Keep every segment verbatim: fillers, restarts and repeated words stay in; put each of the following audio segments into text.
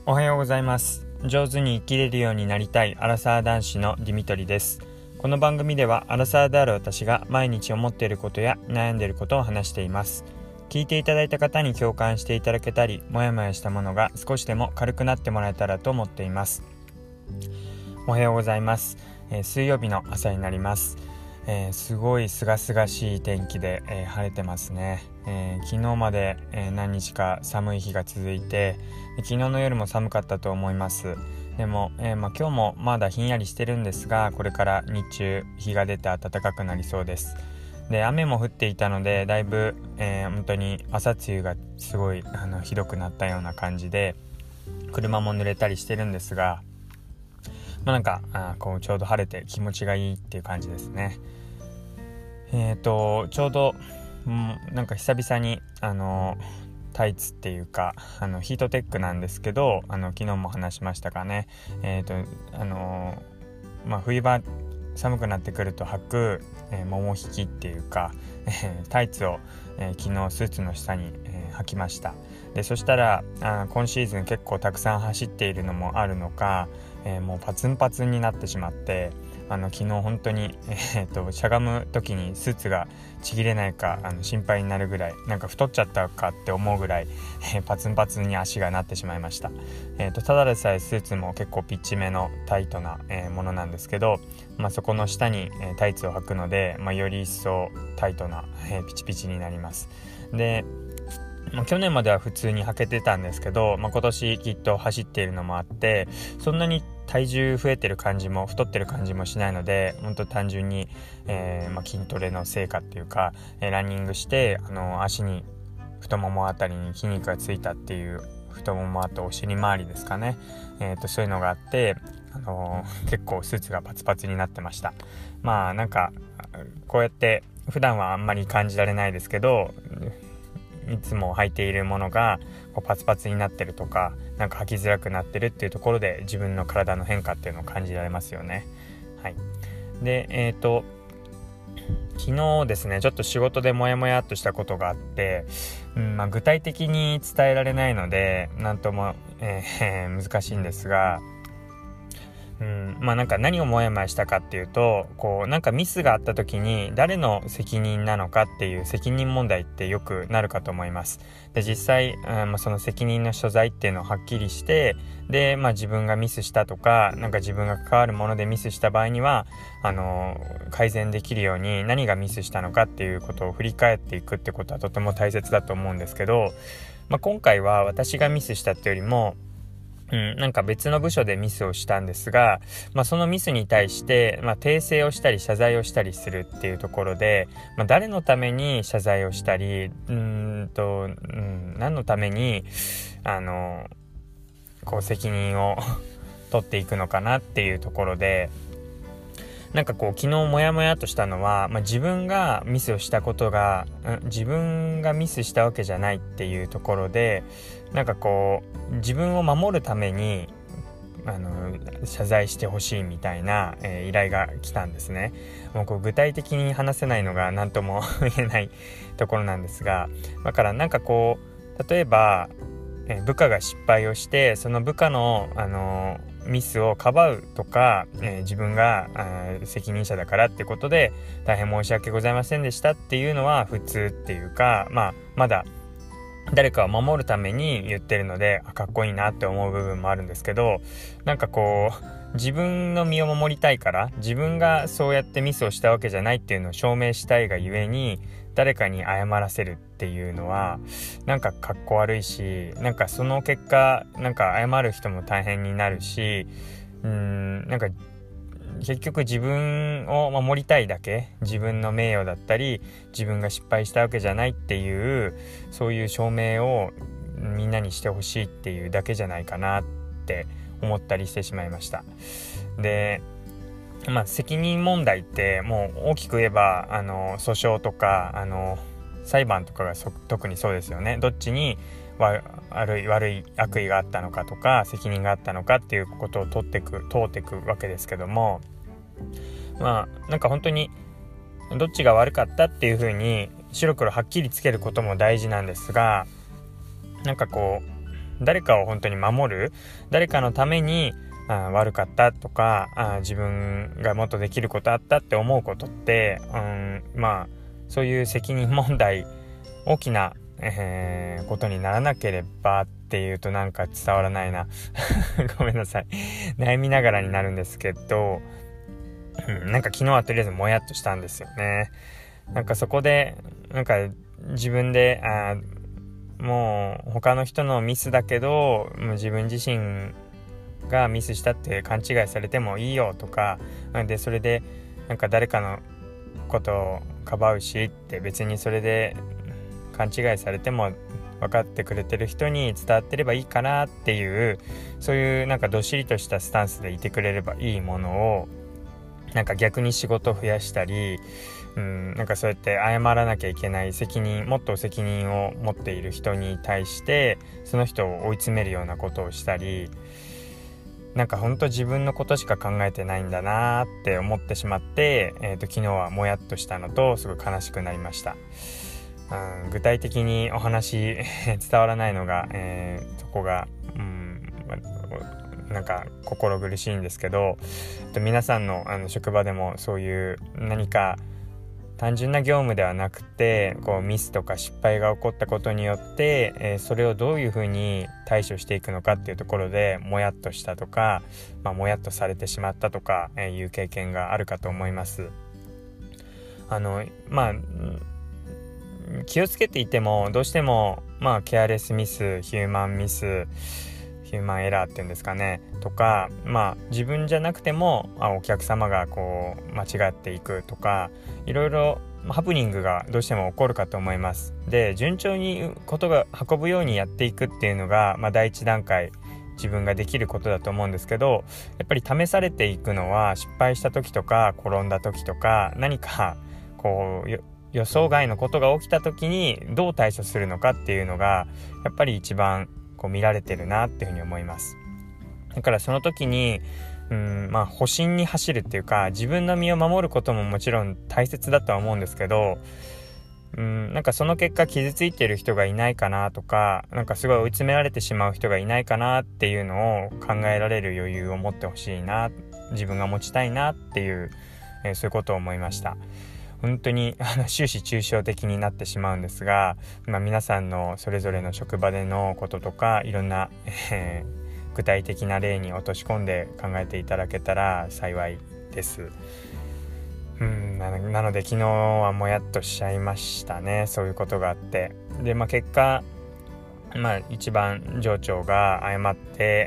おはようございます。上手に生きれるようになりたいアラサー男子のディミトリです。この番組ではアラサーである私が毎日思っていることや悩んでいることを話しています。聞いていただいた方に共感していただけたり、もやもやしたものが少しでも軽くなってもらえたらと思っています。おはようございます。えー、水曜日の朝になります。えー、すごいすがすがしい天気で、えー、晴れてますね。えー、昨日まで、えー、何日か寒い日が続いて、昨日の夜も寒かったと思います。でも、えーまあ、今日もまだひんやりしてるんですが、これから日中日が出て暖かくなりそうです。で、雨も降っていたのでだいぶ、えー、本当に朝露がすごいあのひどくなったような感じで、車も濡れたりしてるんですが、まあ、なんかあこうちょうど晴れて気持ちがいいっていう感じですね。えーとちょうど、うん、なんか久々にあのタイツっていうかあのヒートテックなんですけど、あの昨日も話しましたかね。えーとあのまあ、冬場寒くなってくると履く、えー、桃引きっていうか、えー、タイツを、えー、昨日スーツの下に、えー、履きました。でそしたらあ今シーズン結構たくさん走っているのもあるのか、えー、もうパツンパツンになってしまって、あの昨日本当に、えー、としゃがむ時にスーツがちぎれないかあの心配になるぐらい、なんか太っちゃったかって思うぐらい、えー、パツンパツンに足がなってしまいました。えー、とただでさえスーツも結構ピッチめのタイトな、えー、ものなんですけど、まあ、そこの下に、えー、タイツを履くので、まあ、より一層タイトな、えー、ピチピチになります。でまあ、去年までは普通に履けてたんですけど、まあ、今年きっと走っているのもあって、そんなに体重増えてる感じも太ってる感じもしないので、本当単純に、えーまあ、筋トレの成果っていうか、えー、ランニングしてあの足に太ももあたりに筋肉がついたっていう、太ももあとお尻周りですかね、えー、とそういうのがあって、あのー、結構スーツがパツパツになってました。まあなんかこうやって普段はあんまり感じられないですけど、いつも履いているものがこうパツパツになってるとか、なんか履きづらくなってるっていうところで自分の体の変化っていうのを感じられますよね。はい。で、えっと昨日ですね、ちょっと仕事でモヤモヤっとしたことがあって、うんまあ、具体的に伝えられないのでなんとも、えー、難しいんですが、うんまあ、なんか何をモヤモヤしたかっていうと、こうなんかミスがあった時に誰の責任なのかっていう責任問題ってよくなるかと思います。で実際、うんまあ、その責任の所在っていうのをはっきりして、で、まあ、自分がミスしたとか、なんか自分が関わるものでミスした場合にはあの改善できるように何がミスしたのかっていうことを振り返っていくってことはとても大切だと思うんですけど、まあ、今回は私がミスしたってよりもうん、なんか別の部署でミスをしたんですが、まあ、そのミスに対して、まあ、訂正をしたり謝罪をしたりするっていうところで、まあ、誰のために謝罪をしたり、うーんと、うん、何のためにあのこう責任を取っていくのかなっていうところで、なんかこう昨日モヤモヤとしたのは、まあ、自分がミスをしたことが、うん、自分がミスしたわけじゃないっていうところで、なんかこう自分を守るためにあの謝罪してほしいみたいな、えー、依頼が来たんですね。もうこう具体的に話せないのが何とも言えないところなんですが、だからなんかこう例えば、えー、部下が失敗をして、その部下の、あのーミスをかばうとか、えー、自分が責任者だからってことで大変申し訳ございませんでしたっていうのは普通っていうか、まあまだ誰かを守るために言ってるので、あかっこいいなって思う部分もあるんですけど、なんかこう自分の身を守りたいから、自分がそうやってミスをしたわけじゃないっていうのを証明したいがゆえに誰かに謝らせるっていうのはなんかかっこ悪いし、なんかその結果なんか謝る人も大変になるし、うーんなんか結局自分を守りたいだけ、自分の名誉だったり自分が失敗したわけじゃないっていうそういう証明をみんなにしてほしいっていうだけじゃないかなって思ったりしてしまいました。でまあ、責任問題ってもう大きく言えばあの訴訟とかあの裁判とかが特にそうですよね。どっちに悪い悪い悪意があったのかとか責任があったのかっていうことを取ってく通っていくわけですけども、まあなんか本当にどっちが悪かったっていう風に白黒はっきりつけることも大事なんですが、なんかこう誰かを本当に守る、誰かのためにあ悪かったとか、あ自分がもっとできることあったって思うことって、うん、まあそういう責任問題、大きな、えー、ことにならなければっていうとなんか伝わらないなごめんなさい、悩みながらになるんですけど、うん、なんか昨日はとりあえずもやっとしたんですよね。なんかそこでなんか自分であもう他の人のミスだけど、もう自分自身がミスしたって勘違いされてもいいよとかで、それでなんか誰かのことをかばうしって、別にそれで勘違いされても分かってくれてる人に伝わってればいいかなっていう、そういうなんかどっしりとしたスタンスでいてくれればいいものを、なんか逆に仕事を増やしたり、うん、なんかそうやって謝らなきゃいけない責任、もっと責任を持っている人に対してその人を追い詰めるようなことをしたり、なんか本当自分のことしか考えてないんだなって思ってしまって、えーと、昨日はもやっとしたのとすごい悲しくなりました。うん、具体的にお話伝わらないのが、えー、そこが、うん、なんか心苦しいんですけど、皆さんの、あの職場でもそういう何か単純な業務ではなくて、こうミスとか失敗が起こったことによって、えー、それをどういうふうに対処していくのかっていうところでもやっとしたとか、まあ、もやっとされてしまったとか、えー、いう経験があるかと思います。あのまあ気をつけていてもどうしても、まあ、ケアレスミス、ヒューマンミス、ヒューマンエラーっていうんですかねとか、まあ自分じゃなくてもあお客様がこう間違っていくとか、いろいろハプニングがどうしても起こるかと思います。で、順調にことが運ぶようにやっていくっていうのが、まあ、第一段階自分ができることだと思うんですけど、やっぱり試されていくのは失敗した時とか転んだ時とか、何かこう予想外のことが起きた時にどう対処するのかっていうのがやっぱり一番こう見られてるなっていうふうに思います。だからその時にうんまあ保身に走るっていうか、自分の身を守ることももちろん大切だとは思うんですけど、うんなんかその結果傷ついてる人がいないかなとか、なんかすごい追い詰められてしまう人がいないかなっていうのを考えられる余裕を持ってほしいな、自分が持ちたいなっていう、えー、そういうことを思いました。本当にあの終始抽象的になってしまうんですが、まあ、皆さんのそれぞれの職場でのこととかいろんな、えー、具体的な例に落とし込んで考えていただけたら幸いです。うんな, なので昨日はもやっとしちゃいましたね。そういうことがあって、で、まあ、結果まあ、一番上長が誤って、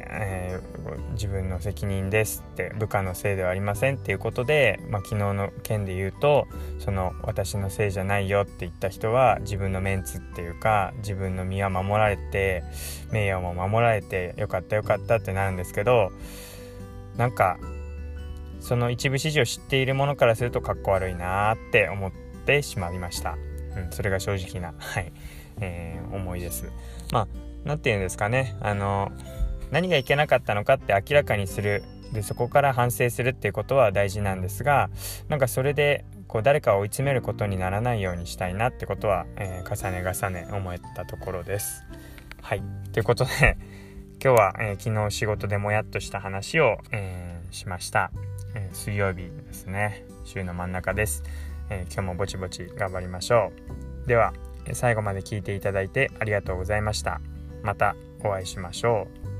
えー、自分の責任ですって、部下のせいではありませんっていうことで、まあ、昨日の件で言うと、その私のせいじゃないよって言った人は自分のメンツっていうか、自分の身は守られて名誉も守られてよかったよかったってなるんですけど、なんかその一部始終を知っているものからするとかっこ悪いなって思ってしまいました。うん、それが正直な、はいえー、思いです。まあなんていうんですかね、あの何がいけなかったのかって明らかにする、でそこから反省するっていうことは大事なんですが、なんかそれでこう誰かを追い詰めることにならないようにしたいなってことは、えー、重ね重ね思ったところです。はいということで今日は、えー、昨日仕事でもやっとした話を、えー、しました、えー、水曜日ですね。週の真ん中です、えー、今日もぼちぼち頑張りましょう。では最後まで聞いていただいてありがとうございました。またお会いしましょう。